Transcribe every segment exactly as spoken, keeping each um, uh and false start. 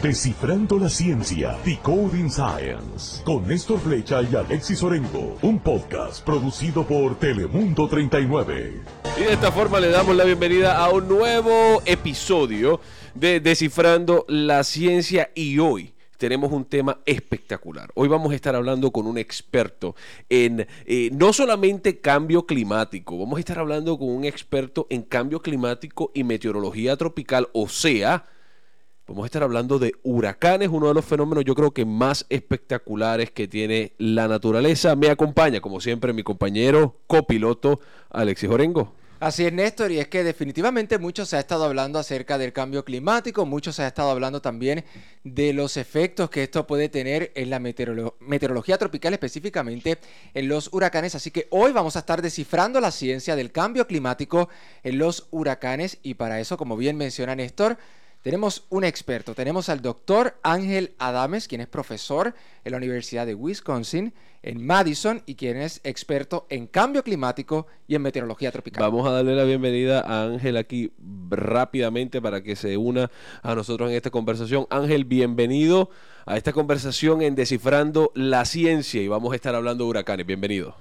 Descifrando la ciencia, Decoding Science, con Néstor Flecha y Alexis Orengo, un podcast producido por Telemundo treinta y nueve. Y de esta forma le damos la bienvenida a un nuevo episodio de Descifrando la Ciencia, y hoy tenemos un tema espectacular. Hoy vamos a estar hablando con un experto en eh, no solamente cambio climático, vamos a estar hablando con un experto en cambio climático y meteorología tropical, o sea, vamos a estar hablando de huracanes, uno de los fenómenos yo creo que más espectaculares que tiene la naturaleza. Me acompaña, como siempre, mi compañero copiloto Alexis Orengo. Así es, Néstor, y es que definitivamente mucho se ha estado hablando acerca del cambio climático, mucho se ha estado hablando también de los efectos que esto puede tener en la meteorolo- meteorología tropical, específicamente en los huracanes. Así que hoy vamos a estar descifrando la ciencia del cambio climático en los huracanes, y para eso, como bien menciona Néstor, tenemos un experto. Tenemos al doctor Ángel Adames, quien es profesor en la Universidad de Wisconsin, en Madison, y quien es experto en cambio climático y en meteorología tropical. Vamos a darle la bienvenida a Ángel aquí rápidamente para que se una a nosotros en esta conversación. Ángel, bienvenido a esta conversación en Descifrando la Ciencia, y vamos a estar hablando de huracanes. Bienvenido.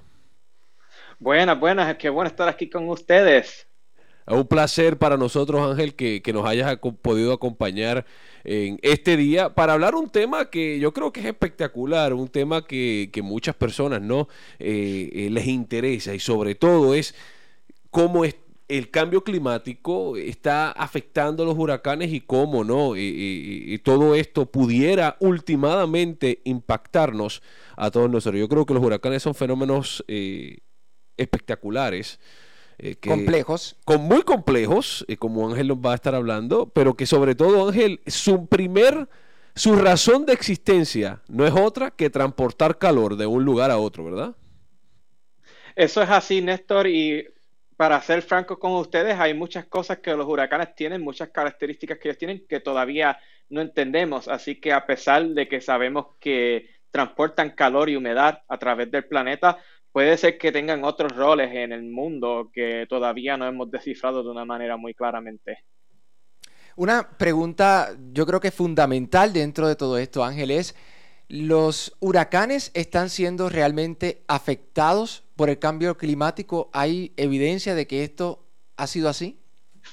Buenas, buenas. Qué bueno estar aquí con ustedes. Es un placer para nosotros, Ángel, que, que nos hayas ac- podido acompañar en este día para hablar un tema que yo creo que es espectacular, un tema que, que muchas personas no eh, eh, les interesa, y sobre todo es cómo es el cambio climático está afectando a los huracanes y cómo no y, y, y todo esto pudiera ultimadamente impactarnos a todos nosotros. Yo creo que los huracanes son fenómenos eh, espectaculares. Eh, que, complejos. Con muy complejos, eh, como Ángel nos va a estar hablando, pero que sobre todo, Ángel, su primer, su razón de existencia no es otra que transportar calor de un lugar a otro, ¿verdad? Eso es así, Néstor, y para ser franco con ustedes, hay muchas cosas que los huracanes tienen, muchas características que ellos tienen que todavía no entendemos, así que a pesar de que sabemos que transportan calor y humedad a través del planeta, puede ser que tengan otros roles en el mundo que todavía no hemos descifrado de una manera muy claramente. Una pregunta, yo creo que fundamental dentro de todo esto, Ángel, es: ¿los huracanes están siendo realmente afectados por el cambio climático? ¿Hay evidencia de que esto ha sido así?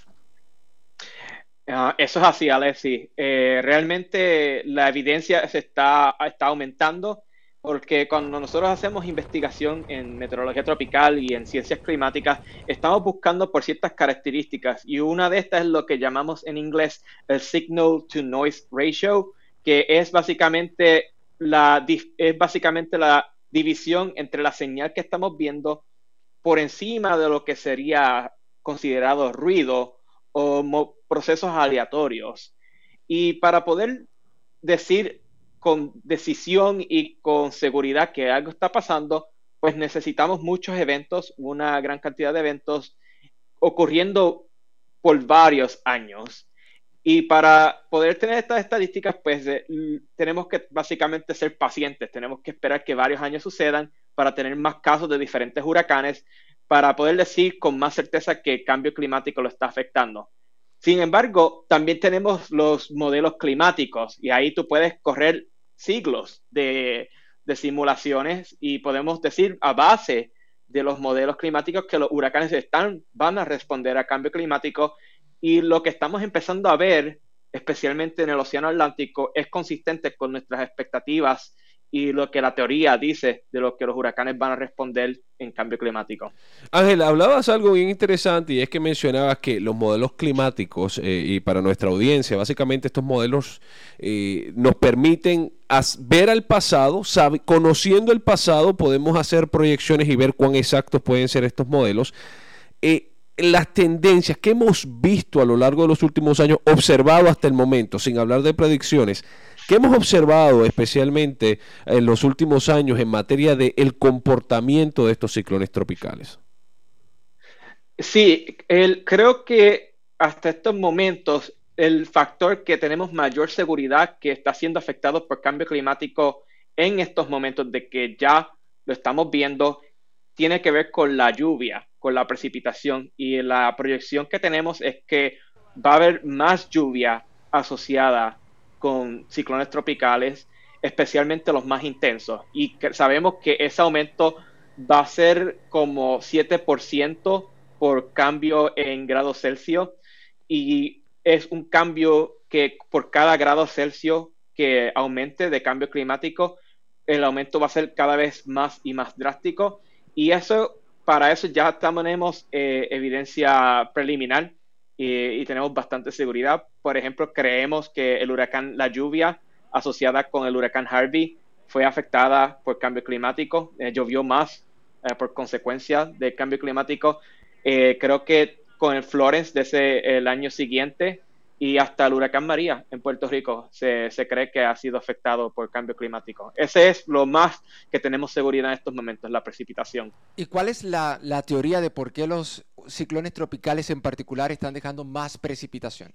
Uh, eso es así, Alexis. Eh, realmente la evidencia se está, está aumentando, porque cuando nosotros hacemos investigación en meteorología tropical y en ciencias climáticas, estamos buscando por ciertas características, y una de estas es lo que llamamos en inglés el signal to noise ratio, que es básicamente la, es básicamente la división entre la señal que estamos viendo por encima de lo que sería considerado ruido o mo- procesos aleatorios. Y para poder decir con decisión y con seguridad que algo está pasando, pues necesitamos muchos eventos, una gran cantidad de eventos ocurriendo por varios años. Y para poder tener estas estadísticas, pues eh, tenemos que básicamente ser pacientes, tenemos que esperar que varios años sucedan para tener más casos de diferentes huracanes, para poder decir con más certeza que el cambio climático lo está afectando. Sin embargo, también tenemos los modelos climáticos, y ahí tú puedes correr siglos de, de simulaciones, y podemos decir a base de los modelos climáticos que los huracanes están, van a responder a cambio climático, y lo que estamos empezando a ver, especialmente en el Océano Atlántico, es consistente con nuestras expectativas y lo que la teoría dice de lo que los huracanes van a responder en cambio climático. Ángel, hablabas algo bien interesante, y es que mencionabas que los modelos climáticos, eh, y para nuestra audiencia, básicamente estos modelos eh, nos permiten as- ver al pasado, sabe, conociendo el pasado, podemos hacer proyecciones y ver cuán exactos pueden ser estos modelos. Eh, las tendencias que hemos visto a lo largo de los últimos años, observado hasta el momento, sin hablar de predicciones, ¿qué hemos observado especialmente en los últimos años en materia del comportamiento de estos ciclones tropicales? Sí, el, creo que hasta estos momentos el factor que tenemos mayor seguridad que está siendo afectado por cambio climático en estos momentos, de que ya lo estamos viendo, tiene que ver con la lluvia, con la precipitación, y la proyección que tenemos es que va a haber más lluvia asociada con ciclones tropicales, especialmente los más intensos. Y que sabemos que ese aumento va a ser como siete por ciento por cambio en grados Celsius, y es un cambio que por cada grado Celsius que aumente de cambio climático, el aumento va a ser cada vez más y más drástico. Y eso, para eso ya tenemos eh, evidencia preliminar y, y tenemos bastante seguridad. Por ejemplo, creemos que el huracán, la lluvia asociada con el huracán Harvey fue afectada por cambio climático, eh, llovió más eh, por consecuencia del cambio climático. Eh, creo que con el Florence de ese, el año siguiente, y hasta el huracán María en Puerto Rico se, se cree que ha sido afectado por cambio climático. Ese es lo más que tenemos seguridad en estos momentos, la precipitación. ¿Y cuál es la, la teoría de por qué los ciclones tropicales en particular están dejando más precipitación?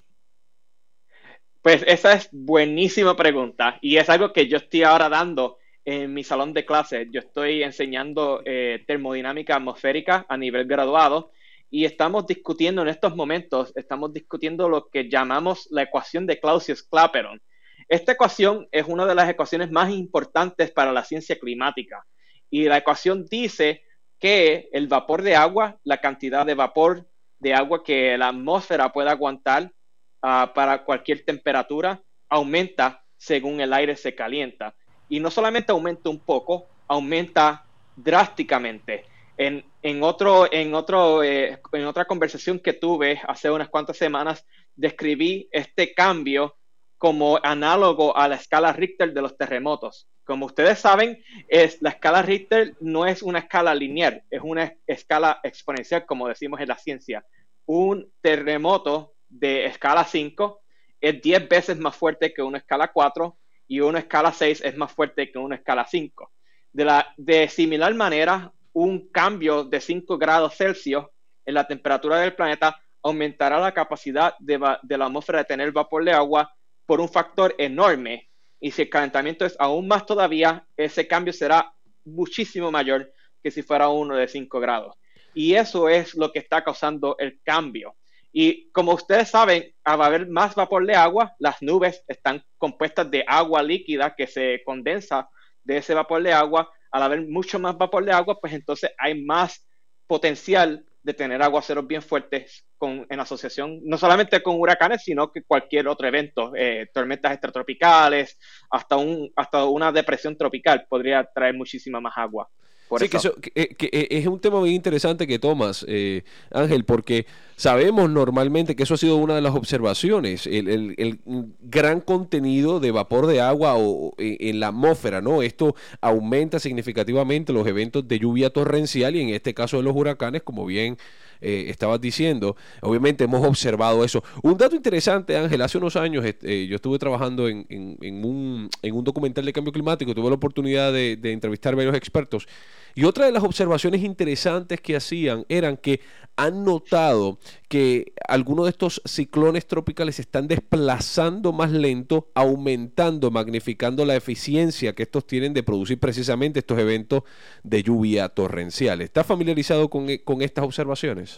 Pues esa es buenísima pregunta, y es algo que yo estoy ahora dando en mi salón de clases. Yo estoy enseñando eh, termodinámica atmosférica a nivel graduado, y estamos discutiendo en estos momentos, estamos discutiendo lo que llamamos la ecuación de Clausius-Clapeyron. Esta ecuación es una de las ecuaciones más importantes para la ciencia climática, y la ecuación dice que el vapor de agua, la cantidad de vapor de agua que la atmósfera puede aguantar uh, para cualquier temperatura, aumenta según el aire se calienta. Y no solamente aumenta un poco, aumenta drásticamente. En, en, otro, en, otro, eh, en otra conversación que tuve hace unas cuantas semanas, describí este cambio como análogo a la escala Richter de los terremotos. Como ustedes saben, es, la escala Richter no es una escala lineal, es una escala exponencial, como decimos en la ciencia. Un terremoto de escala cinco es diez veces más fuerte que una escala cuatro, y una escala seis es más fuerte que una escala cinco. De, la, de similar manera, un cambio de cinco grados Celsius en la temperatura del planeta aumentará la capacidad de, de la atmósfera de tener vapor de agua por un factor enorme. Y si el calentamiento es aún más todavía, ese cambio será muchísimo mayor que si fuera uno de cinco grados. Y eso es lo que está causando el cambio. Y como ustedes saben, al haber más vapor de agua, las nubes están compuestas de agua líquida que se condensa de ese vapor de agua. Al haber mucho más vapor de agua, pues entonces hay más potencial de tener aguaceros bien fuertes con, en asociación, no solamente con huracanes, sino que cualquier otro evento, eh, tormentas extratropicales, hasta, un, hasta una depresión tropical podría traer muchísima más agua. Por sí, eso. que, eso, que, que es un tema muy interesante que tomas, eh, Ángel, porque sabemos normalmente que eso ha sido una de las observaciones, el, el, el gran contenido de vapor de agua o, o, en la atmósfera, ¿no? Esto aumenta significativamente los eventos de lluvia torrencial y en este caso de los huracanes, como bien eh, estabas diciendo, obviamente hemos observado eso. Un dato interesante, Ángel, hace unos años eh, yo estuve trabajando en, en, en, un, en un documental de cambio climático, tuve la oportunidad de, de entrevistar a varios expertos. Y otra de las observaciones interesantes que hacían eran que han notado que algunos de estos ciclones tropicales se están desplazando más lento, aumentando, magnificando la eficiencia que estos tienen de producir precisamente estos eventos de lluvia torrencial. ¿Estás familiarizado con, con estas observaciones?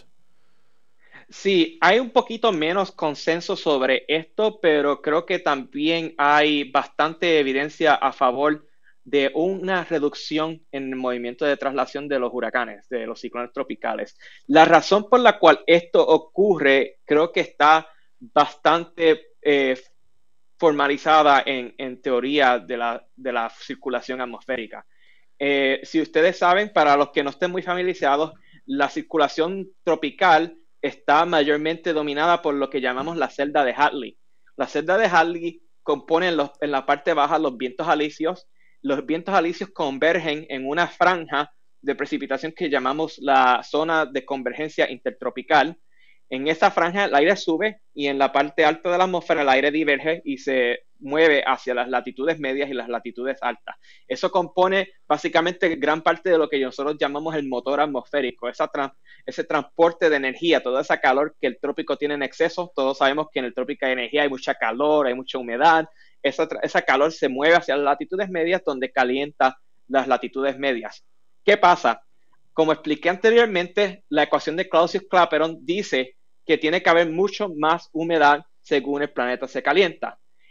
Sí, hay un poquito menos consenso sobre esto, pero creo que también hay bastante evidencia a favor de una reducción en el movimiento de traslación de los huracanes, de los ciclones tropicales. La razón por la cual esto ocurre creo que está bastante eh, formalizada en, en teoría de la, de la circulación atmosférica. Eh, si ustedes saben, para los que no estén muy familiarizados, la circulación tropical está mayormente dominada por lo que llamamos la celda de Hadley. La celda de Hadley compone en, los, en la parte baja los vientos alisios. Los vientos alisios convergen en una franja de precipitación que llamamos la zona de convergencia intertropical. En esa franja el aire sube y en la parte alta de la atmósfera el aire diverge y se mueve hacia las latitudes medias y las latitudes altas. Eso compone básicamente gran parte de lo que nosotros llamamos el motor atmosférico, esa tra- ese transporte de energía, toda esa calor que el trópico tiene en exceso. Todos sabemos que en el trópico hay energía, hay mucha calor, hay mucha humedad. Esa, esa calor se mueve hacia las latitudes medias donde calienta las latitudes medias. ¿Qué pasa? Como expliqué anteriormente, la ecuación de Clausius-Clapeyron dice que tiene que haber mucho más humedad según el planeta se calienta.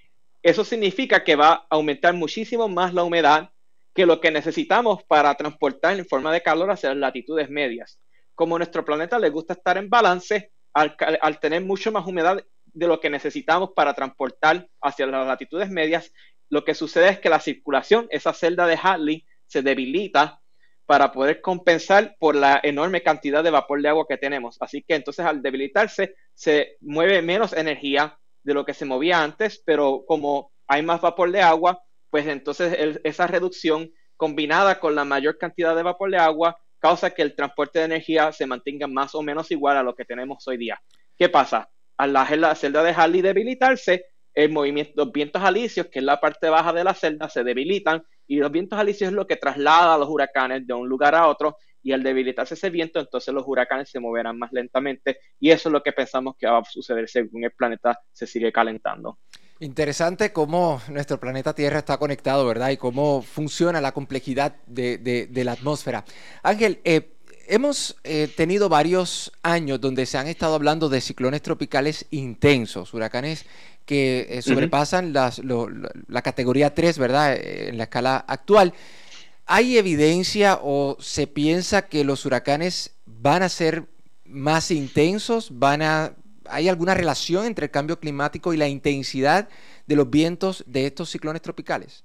eso significa que va a aumentar muchísimo más la humedad que lo que necesitamos para transportar en forma de calor hacia las latitudes medias. Como a nuestro planeta le gusta estar en balance, al, al tener mucho más humedad de lo que necesitamos para transportar hacia las latitudes medias, lo que sucede es que la circulación, esa celda de Hadley, se debilita para poder compensar por la enorme cantidad de vapor de agua que tenemos. Así que entonces al debilitarse se mueve menos energía de lo que se movía antes, pero como hay más vapor de agua, pues entonces el, esa reducción combinada con la mayor cantidad de vapor de agua causa que el transporte de energía se mantenga más o menos igual a lo que tenemos hoy día. ¿Qué pasa? Al la, la celda de Hadley debilitarse, el movimiento, los vientos alisios, que es la parte baja de la celda, se debilitan, y los vientos alisios es lo que traslada a los huracanes de un lugar a otro, y al debilitarse ese viento, entonces los huracanes se moverán más lentamente, y eso es lo que pensamos que va a suceder según el planeta se sigue calentando. Interesante cómo nuestro planeta Tierra está conectado, ¿verdad? Y cómo funciona la complejidad de, de, de la atmósfera. Ángel, eh, hemos eh, tenido varios años donde se han estado hablando de ciclones tropicales intensos, huracanes que eh, sobrepasan uh-huh. las, lo, la, la categoría tres, ¿verdad? Eh, en la escala actual. ¿Hay evidencia o se piensa que los huracanes van a ser más intensos? ¿Van a, ¿Hay alguna relación entre el cambio climático y la intensidad de los vientos de estos ciclones tropicales?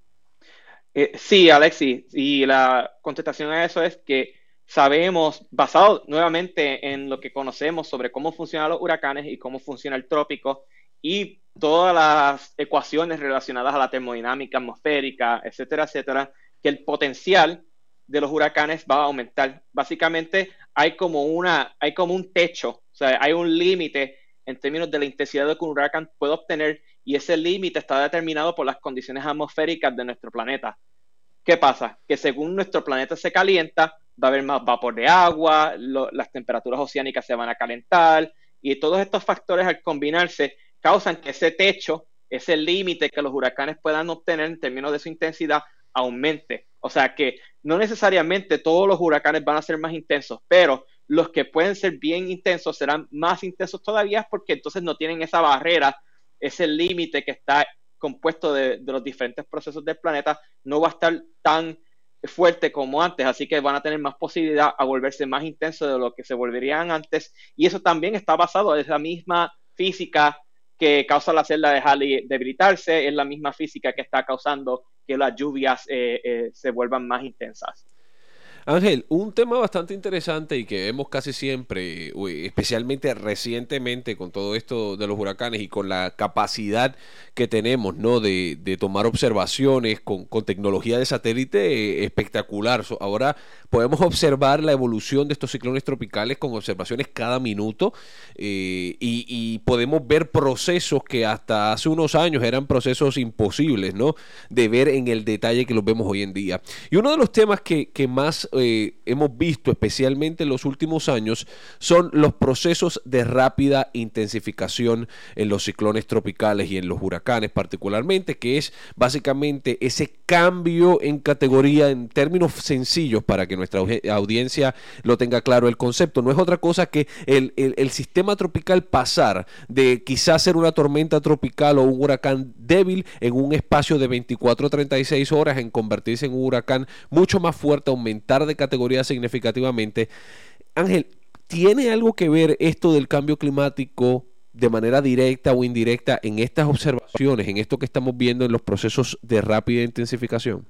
Eh, sí, Alexis, y la contestación a eso es que sabemos, basado nuevamente en lo que conocemos sobre cómo funcionan los huracanes y cómo funciona el trópico, y todas las ecuaciones relacionadas a la termodinámica atmosférica, etcétera, etcétera, que el potencial de los huracanes va a aumentar. Básicamente hay como, una, hay como un techo, o sea, hay un límite en términos de la intensidad de que un huracán puede obtener, y ese límite está determinado por las condiciones atmosféricas de nuestro planeta. ¿Qué pasa? Que según nuestro planeta se calienta, va a haber más vapor de agua, lo, las temperaturas oceánicas se van a calentar, y todos estos factores al combinarse causan que ese techo, ese límite que los huracanes puedan obtener en términos de su intensidad, aumente. O sea que no necesariamente todos los huracanes van a ser más intensos, pero los que pueden ser bien intensos serán más intensos todavía, porque entonces no tienen esa barrera, ese límite que está compuesto de, de los diferentes procesos del planeta, no va a estar tan fuerte como antes, así que van a tener más posibilidad a volverse más intensos de lo que se volverían antes, y eso también está basado en la misma física que causa la celda de Halley debilitarse, es la misma física que está causando que las lluvias eh, eh, se vuelvan más intensas. Ángel, un tema bastante interesante y que vemos casi siempre, especialmente recientemente con todo esto de los huracanes y con la capacidad que tenemos, ¿no?, de, de tomar observaciones con, con tecnología de satélite eh, espectacular. So, ahora podemos observar la evolución de estos ciclones tropicales con observaciones cada minuto eh, y, y podemos ver procesos que hasta hace unos años eran procesos imposibles, ¿no?, de ver en el detalle que los vemos hoy en día. Y uno de los temas que, que más Eh, hemos visto especialmente en los últimos años son los procesos de rápida intensificación en los ciclones tropicales y en los huracanes particularmente, que es básicamente ese cambio en categoría en términos sencillos para que nuestra audiencia lo tenga claro el concepto. No es otra cosa que el, el, el sistema tropical pasar de quizás ser una tormenta tropical o un huracán débil en un espacio de veinticuatro a treinta y seis horas en convertirse en un huracán mucho más fuerte, aumentar de categoría significativamente. Ángel, ¿tiene algo que ver esto del cambio climático de manera directa o indirecta en estas observaciones, en esto que estamos viendo en los procesos de rápida intensificación?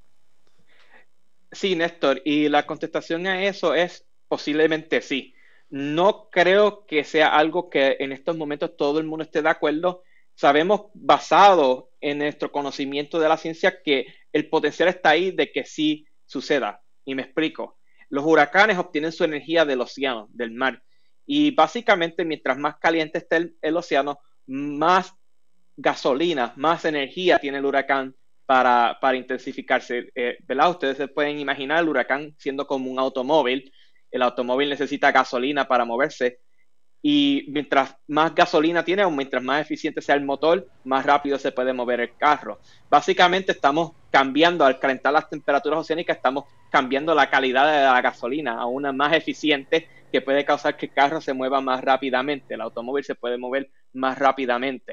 Sí, Néstor, y la contestación a eso es posiblemente sí. No creo que sea algo que en estos momentos todo el mundo esté de acuerdo. Sabemos, basado en nuestro conocimiento de la ciencia, que el potencial está ahí de que sí suceda. Y me explico. Los huracanes obtienen su energía del océano, del mar. Y básicamente, mientras más caliente esté el, el océano, más gasolina, más energía tiene el huracán para, para intensificarse. Eh, ¿verdad? Ustedes se pueden imaginar el huracán siendo como un automóvil. El automóvil necesita gasolina para moverse. Y mientras más gasolina tiene o mientras más eficiente sea el motor, más rápido se puede mover el carro. Básicamente estamos cambiando, al calentar las temperaturas oceánicas, estamos cambiando la calidad de la gasolina a una más eficiente que puede causar que el carro se mueva más rápidamente, el automóvil se puede mover más rápidamente.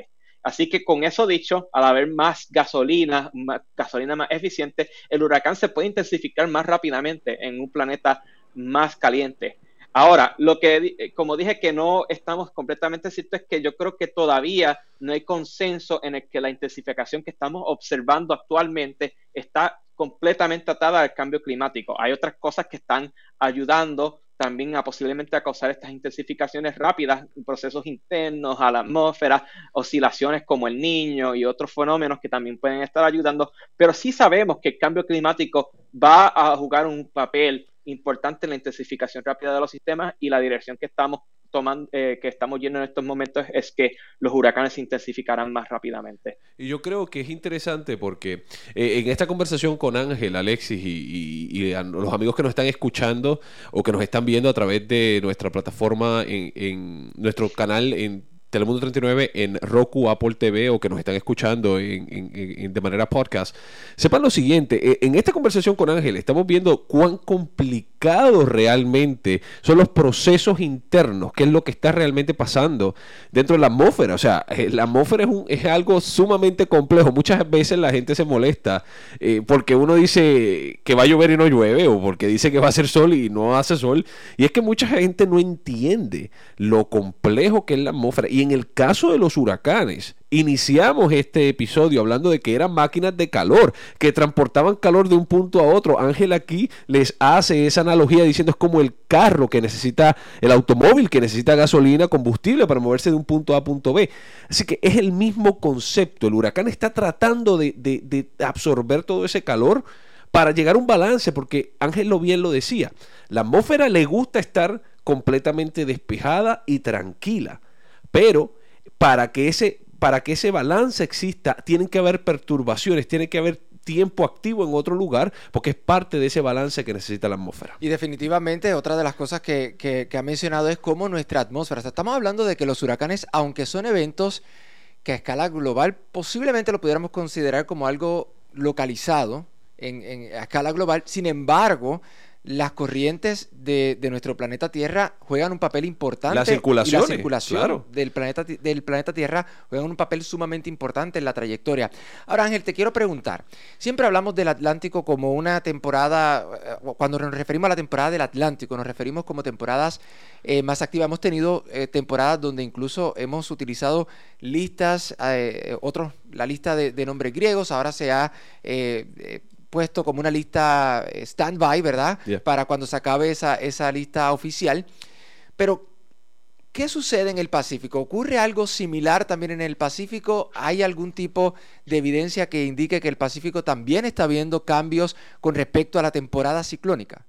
Así que con eso dicho, al haber más gasolina, más, gasolina más eficiente, el huracán se puede intensificar más rápidamente en un planeta más caliente. Ahora, lo que, como dije que no estamos completamente ciertos, es que yo creo que todavía no hay consenso en el que la intensificación que estamos observando actualmente está completamente atada al cambio climático. Hay otras cosas que están ayudando también a posiblemente a causar estas intensificaciones rápidas, procesos internos a la atmósfera, oscilaciones como el Niño y otros fenómenos que también pueden estar ayudando, pero sí sabemos que el cambio climático va a jugar un papel importante en la intensificación rápida de los sistemas, y la dirección que estamos tomando, eh, que estamos yendo en estos momentos es que los huracanes se intensificarán más rápidamente. Y yo creo que es interesante porque eh, en esta conversación con Ángel, Alexis y, y, y a los amigos que nos están escuchando o que nos están viendo a través de nuestra plataforma en, en nuestro canal en Telemundo treinta y nueve, en Roku, Apple T V, o que nos están escuchando en, en, en, de manera podcast, sepan lo siguiente: en esta conversación con Ángel estamos viendo cuán complicados realmente son los procesos internos, qué es lo que está realmente pasando dentro de la atmósfera. O sea, la atmósfera es, un, es algo sumamente complejo. Muchas veces la gente se molesta eh, porque uno dice que va a llover y no llueve, o porque dice que va a hacer sol y no hace sol, y es que mucha gente no entiende lo complejo que es la atmósfera. Y en el caso de los huracanes, iniciamos este episodio hablando de que eran máquinas de calor, que transportaban calor de un punto a otro. Ángel aquí les hace esa analogía diciendo es como el carro que necesita, el automóvil que necesita gasolina, combustible para moverse de un punto A a punto B. Así que es el mismo concepto. El huracán está tratando de, de, de absorber todo ese calor para llegar a un balance, porque Ángel lo bien lo decía, la atmósfera le gusta estar completamente despejada y tranquila. Pero para que ese, para que ese balance exista, tienen que haber perturbaciones, tiene que haber tiempo activo en otro lugar, porque es parte de ese balance que necesita la atmósfera. Y definitivamente otra de las cosas que, que, que ha mencionado es cómo nuestra atmósfera, o sea, estamos hablando de que los huracanes, aunque son eventos que a escala global posiblemente lo pudiéramos considerar como algo localizado en, en, a escala global, sin embargo, las corrientes de, de nuestro planeta Tierra juegan un papel importante. La circulación, y la circulación claro. del, planeta, del planeta Tierra juegan un papel sumamente importante en la trayectoria. Ahora, Ángel, te quiero preguntar. Siempre hablamos del Atlántico como una temporada, cuando nos referimos a la temporada del Atlántico, nos referimos como temporadas eh, más activas. Hemos tenido eh, temporadas donde incluso hemos utilizado listas, eh, otros, la lista de, de nombres griegos, ahora se ha... Eh, eh, puesto como una lista stand-by, ¿verdad? Yeah. Para cuando se acabe esa, esa lista oficial. Pero, ¿qué sucede en el Pacífico? ¿Ocurre algo similar también en el Pacífico? ¿Hay algún tipo de evidencia que indique que el Pacífico también está viendo cambios con respecto a la temporada ciclónica?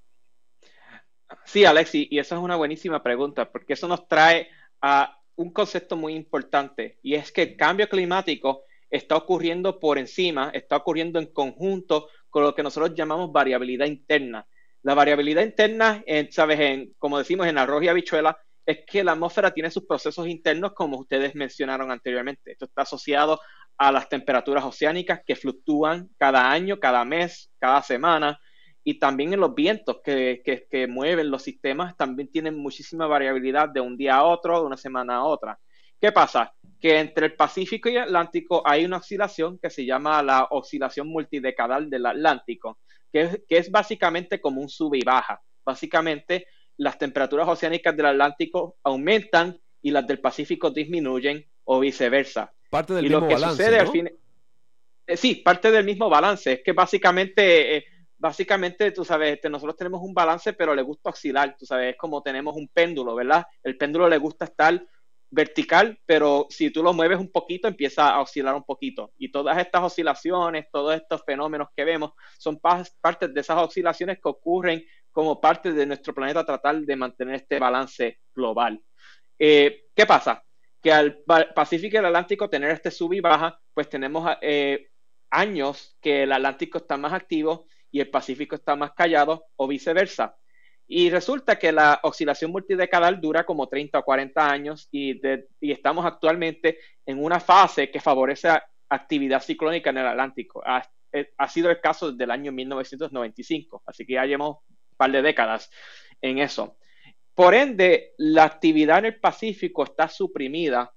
Sí, Alexi, y esa es una buenísima pregunta, porque eso nos trae a un concepto muy importante, y es que el cambio climático está ocurriendo por encima, está ocurriendo en conjunto con lo que nosotros llamamos variabilidad interna. La variabilidad interna, en, ¿sabes? En, como decimos en arroz y habichuela, es que la atmósfera tiene sus procesos internos, como ustedes mencionaron anteriormente. Esto está asociado a las temperaturas oceánicas que fluctúan cada año, cada mes, cada semana, y también en los vientos que, que, que mueven los sistemas, también tienen muchísima variabilidad de un día a otro, de una semana a otra. ¿Qué pasa? Que entre el Pacífico y el Atlántico hay una oscilación que se llama la oscilación multidecadal del Atlántico, que es, que es básicamente como un sube y baja. Básicamente, las temperaturas oceánicas del Atlántico aumentan y las del Pacífico disminuyen, o viceversa. Parte del y mismo lo que balance, sucede, ¿no? al fin, eh, sí, parte del mismo balance. Es que básicamente, eh, básicamente, tú sabes, este, nosotros tenemos un balance, pero le gusta oscilar. Tú sabes, es como tenemos un péndulo, ¿verdad? El péndulo le gusta estar vertical, pero si tú lo mueves un poquito, empieza a oscilar un poquito. Y todas estas oscilaciones, todos estos fenómenos que vemos, son pa- partes de esas oscilaciones que ocurren como parte de nuestro planeta tratar de mantener este balance global. Eh, ¿Qué pasa? Que al Pacífico y el Atlántico tener este sub y baja, pues tenemos eh, años que el Atlántico está más activo y el Pacífico está más callado, o viceversa. Y resulta que la oscilación multidecadal dura como treinta o cuarenta años y, de, y estamos actualmente en una fase que favorece actividad ciclónica en el Atlántico. Ha, ha sido el caso desde el año mil novecientos noventa y cinco, así que ya llevamos un par de décadas en eso. Por ende, la actividad en el Pacífico está suprimida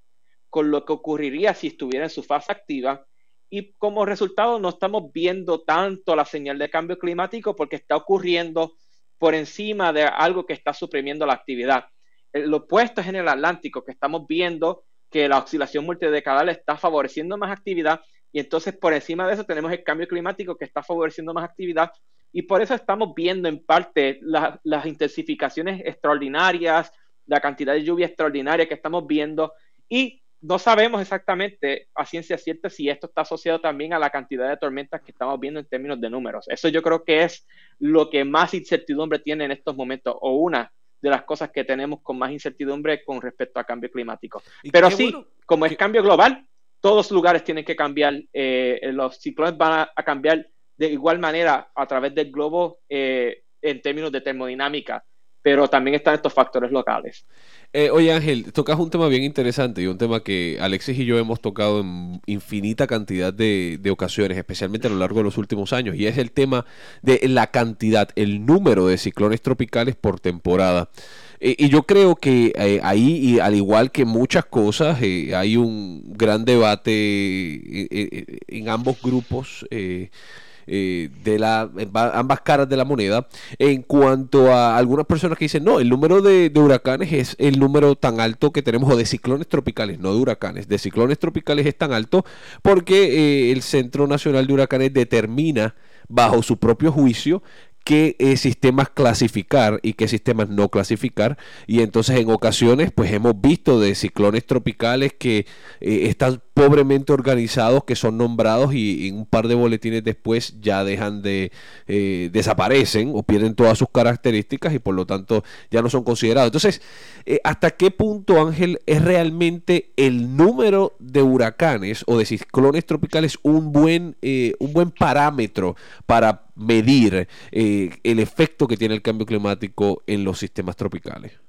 con lo que ocurriría si estuviera en su fase activa, y como resultado no estamos viendo tanto la señal de cambio climático porque está ocurriendo por encima de algo que está suprimiendo la actividad. Lo opuesto es en el Atlántico, que estamos viendo que la oscilación multidecadal está favoreciendo más actividad, y entonces por encima de eso tenemos el cambio climático que está favoreciendo más actividad, y por eso estamos viendo en parte la, las intensificaciones extraordinarias, la cantidad de lluvia extraordinaria que estamos viendo, y no sabemos exactamente a ciencia cierta si esto está asociado también a la cantidad de tormentas que estamos viendo en términos de números. Eso yo creo que es lo que más incertidumbre tiene en estos momentos, o una de las cosas que tenemos con más incertidumbre con respecto a cambio climático. Pero sí, bueno, como es cambio global, todos los lugares tienen que cambiar, eh, los ciclones van a, a cambiar de igual manera a través del globo eh, en términos de termodinámica, pero también están estos factores locales. Eh, oye Ángel, tocas un tema bien interesante y un tema que Alexis y yo hemos tocado en infinita cantidad de, de ocasiones, especialmente a lo largo de los últimos años, y es el tema de la cantidad, el número de ciclones tropicales por temporada. Eh, y yo creo que eh, ahí, y al igual que muchas cosas, eh, hay un gran debate eh, eh, en ambos grupos, eh, Eh, de la, ambas caras de la moneda, en cuanto a algunas personas que dicen no, el número de, de huracanes es el número tan alto que tenemos, o de ciclones tropicales, no de huracanes, de ciclones tropicales es tan alto porque eh, el Centro Nacional de Huracanes determina bajo su propio juicio qué eh, sistemas clasificar y qué sistemas no clasificar, y entonces en ocasiones pues hemos visto de ciclones tropicales que eh, están pobremente organizados, que son nombrados y, y un par de boletines después ya dejan de eh, desaparecen o pierden todas sus características y por lo tanto ya no son considerados. Entonces, eh, ¿hasta qué punto, Ángel, es realmente el número de huracanes o de ciclones tropicales un buen, eh, un buen parámetro para medir eh, el efecto que tiene el cambio climático en los sistemas tropicales?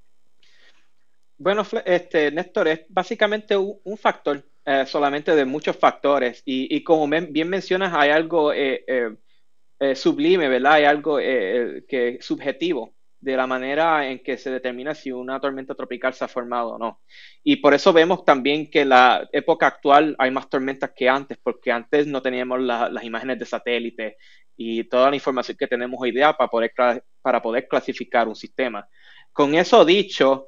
Bueno, este, Néstor, es básicamente un, un factor eh, solamente de muchos factores, y, y como me, bien mencionas, hay algo eh, eh, eh, sublime, ¿verdad? Hay algo eh, que subjetivo de la manera en que se determina si una tormenta tropical se ha formado o no. Y por eso vemos también que en la época actual hay más tormentas que antes, porque antes no teníamos la, las imágenes de satélite y toda la información que tenemos hoy día para poder, para poder clasificar un sistema. Con eso dicho,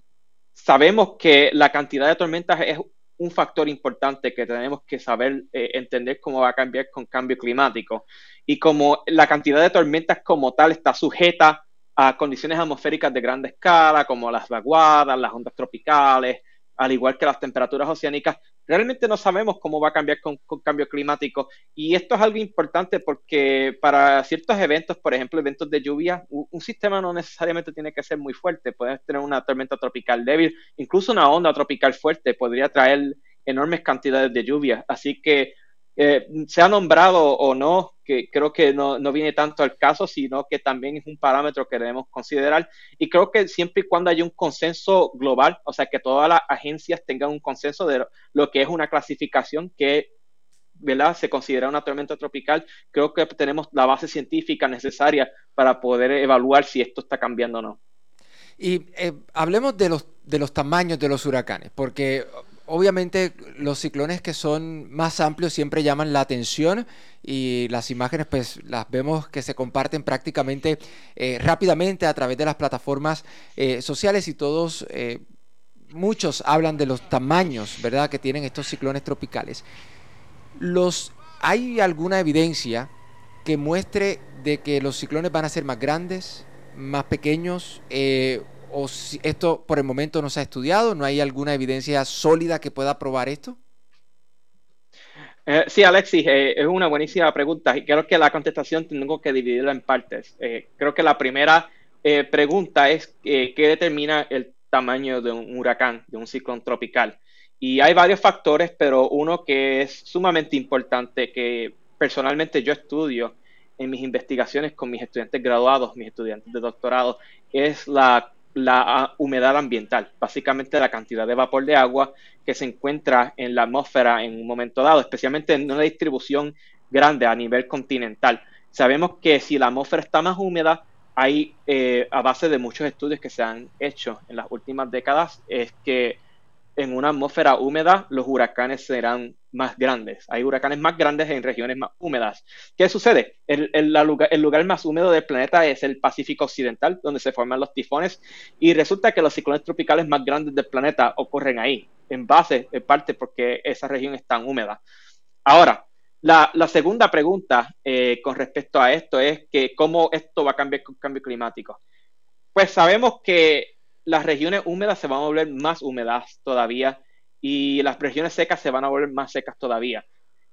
sabemos que la cantidad de tormentas es un factor importante que tenemos que saber eh, entender cómo va a cambiar con cambio climático. Y como la cantidad de tormentas como tal está sujeta a condiciones atmosféricas de gran escala, como las vaguadas, las ondas tropicales, al igual que las temperaturas oceánicas, realmente no sabemos cómo va a cambiar con, con cambio climático. Y esto es algo importante porque para ciertos eventos, por ejemplo, eventos de lluvia, un, un sistema no necesariamente tiene que ser muy fuerte. Puedes tener una tormenta tropical débil, incluso una onda tropical fuerte podría traer enormes cantidades de lluvia. Así que eh, sea nombrado o no, que creo que no, no viene tanto al caso, sino que también es un parámetro que debemos considerar. Y creo que siempre y cuando haya un consenso global, o sea, que todas las agencias tengan un consenso de lo que es una clasificación que, ¿verdad?, se considera una tormenta tropical, creo que tenemos la base científica necesaria para poder evaluar si esto está cambiando o no. Y eh, hablemos de los, de los tamaños de los huracanes, porque obviamente los ciclones que son más amplios siempre llaman la atención, y las imágenes pues las vemos que se comparten prácticamente eh, rápidamente a través de las plataformas eh, sociales, y todos, eh, muchos hablan de los tamaños, ¿verdad?, que tienen estos ciclones tropicales. Los, ¿hay alguna evidencia que muestre de que los ciclones van a ser más grandes, más pequeños, eh, o si esto por el momento no se ha estudiado? ¿No hay alguna evidencia sólida que pueda probar esto? Eh, sí, Alexis, eh, es una buenísima pregunta, y creo que la contestación tengo que dividirla en partes. Eh, creo que la primera eh, pregunta es eh, ¿qué determina el tamaño de un huracán, de un ciclón tropical? Y hay varios factores, pero uno que es sumamente importante, que personalmente yo estudio en mis investigaciones con mis estudiantes graduados, mis estudiantes de doctorado, es la la humedad ambiental, básicamente la cantidad de vapor de agua que se encuentra en la atmósfera en un momento dado, especialmente en una distribución grande a nivel continental. Sabemos que si la atmósfera está más húmeda, hay eh, a base de muchos estudios que se han hecho en las últimas décadas, es que en una atmósfera húmeda, los huracanes serán más grandes. Hay huracanes más grandes en regiones más húmedas. ¿Qué sucede? El, el, la lugar, el lugar más húmedo del planeta es el Pacífico Occidental, donde se forman los tifones, y resulta que los ciclones tropicales más grandes del planeta ocurren ahí, en base, en parte, porque esa región es tan húmeda. Ahora, la, la segunda pregunta eh, con respecto a esto es que cómo esto va a cambiar con el cambio climático. Pues sabemos que las regiones húmedas se van a volver más húmedas todavía y las regiones secas se van a volver más secas todavía.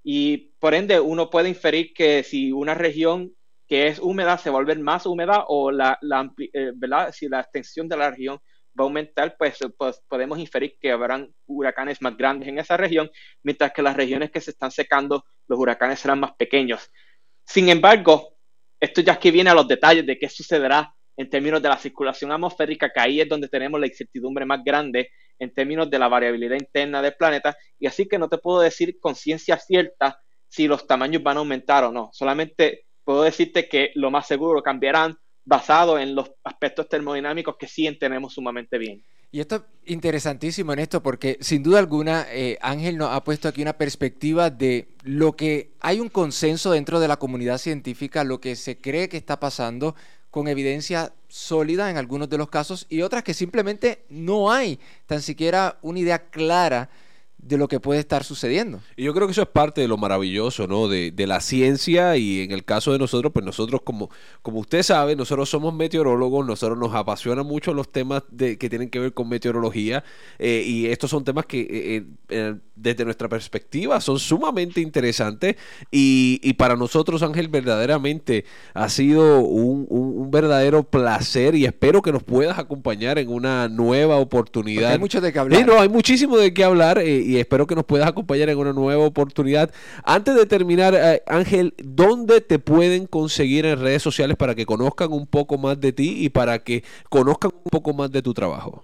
Y por ende uno puede inferir que si una región que es húmeda se va a volver más húmeda o la, la, eh, ¿verdad? Si la extensión de la región va a aumentar, pues, pues podemos inferir que habrán huracanes más grandes en esa región, mientras que las regiones que se están secando, los huracanes serán más pequeños. Sin embargo, esto ya es que viene a los detalles de qué sucederá en términos de la circulación atmosférica, que ahí es donde tenemos la incertidumbre más grande en términos de la variabilidad interna del planeta, y así que no te puedo decir con ciencia cierta si los tamaños van a aumentar o no. Solamente puedo decirte que lo más seguro cambiarán basado en los aspectos termodinámicos que sí entendemos sumamente bien. Y esto es interesantísimo en esto porque sin duda alguna eh, Ángel nos ha puesto aquí una perspectiva de lo que hay un consenso dentro de la comunidad científica, lo que se cree que está pasando, con evidencia sólida en algunos de los casos y otras que simplemente no hay tan siquiera una idea clara de lo que puede estar sucediendo. Y yo creo que eso es parte de lo maravilloso, ¿no? De, de la ciencia, y en el caso de nosotros, pues nosotros como, como usted sabe, nosotros somos meteorólogos, nosotros nos apasionan mucho los temas de, que tienen que ver con meteorología, eh, y estos son temas que eh, eh, desde nuestra perspectiva son sumamente interesantes, y, y para nosotros, Ángel, verdaderamente ha sido un, un, un verdadero placer, y espero que nos puedas acompañar en una nueva oportunidad. Porque hay mucho de qué hablar. Sí, no, hay muchísimo de qué hablar, eh, y espero que nos puedas acompañar en una nueva oportunidad. Antes de terminar, eh, Ángel, ¿dónde te pueden conseguir en redes sociales para que conozcan un poco más de ti y para que conozcan un poco más de tu trabajo?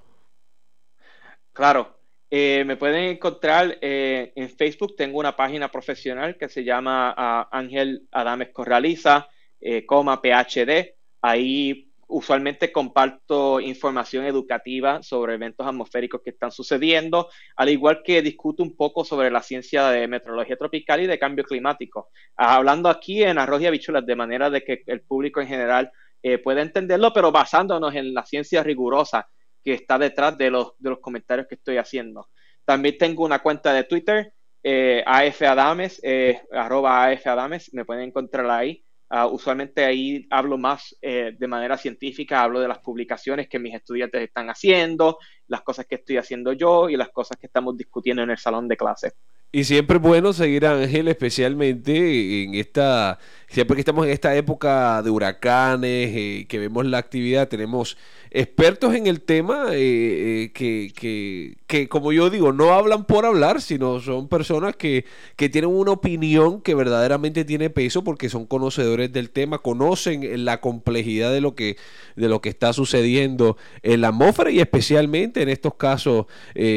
Claro, eh, me pueden encontrar eh, en Facebook. Tengo una página profesional que se llama uh, Ángel Adames Corraliza, eh, coma P H D. Ahí usualmente comparto información educativa sobre eventos atmosféricos que están sucediendo, al igual que discuto un poco sobre la ciencia de meteorología tropical y de cambio climático, hablando aquí en arroz y habichuelas, de manera de que el público en general eh, pueda entenderlo, pero basándonos en la ciencia rigurosa que está detrás de los, de los comentarios que estoy haciendo. También tengo una cuenta de Twitter, eh, A F Adames, eh, arroba A F Adames, me pueden encontrar ahí. Uh, usualmente ahí hablo más eh, de manera científica, hablo de las publicaciones que mis estudiantes están haciendo, las cosas que estoy haciendo yo y las cosas que estamos discutiendo en el salón de clase. Y siempre es bueno seguir a Ángel, especialmente en esta, siempre que estamos en esta época de huracanes, eh, que vemos la actividad, tenemos expertos en el tema eh, eh, que, que, que, como yo digo, no hablan por hablar, sino son personas que, que tienen una opinión que verdaderamente tiene peso porque son conocedores del tema, conocen la complejidad de lo que, de lo que está sucediendo en la atmósfera y especialmente en estos casos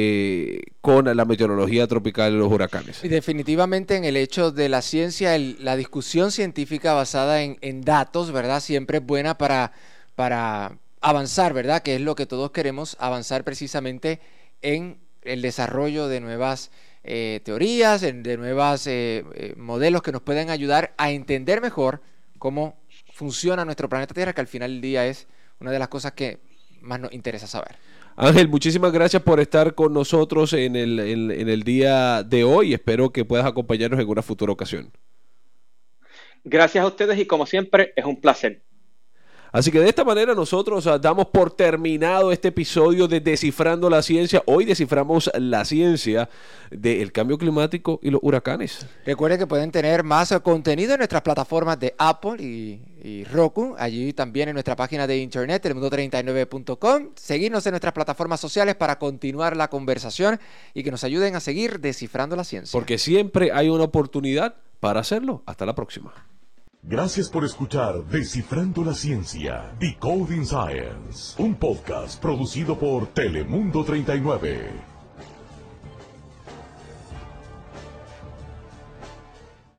eh, con la meteorología tropical y los huracanes. Y definitivamente en el hecho de la ciencia, el, la discusión científica basada en, en datos, ¿verdad? Siempre es buena para, para avanzar, ¿verdad? Que es lo que todos queremos, avanzar precisamente en el desarrollo de nuevas eh, teorías, en, de nuevos eh, eh, modelos que nos puedan ayudar a entender mejor cómo funciona nuestro planeta Tierra, que al final del día es una de las cosas que más nos interesa saber. Ángel, muchísimas gracias por estar con nosotros en el, en, en el día de hoy. Espero que puedas acompañarnos en una futura ocasión. Gracias a ustedes y como siempre es un placer. Así que de esta manera nosotros uh, damos por terminado este episodio de Descifrando la Ciencia. Hoy desciframos la ciencia del cambio climático y los huracanes. Recuerden que pueden tener más contenido en nuestras plataformas de Apple y, y Roku. Allí también en nuestra página de internet, telemundo treinta y nueve punto com. Seguirnos en nuestras plataformas sociales para continuar la conversación y que nos ayuden a seguir descifrando la ciencia. Porque siempre hay una oportunidad para hacerlo. Hasta la próxima. Gracias por escuchar Descifrando la Ciencia, Decoding Science, un podcast producido por Telemundo treinta y nueve.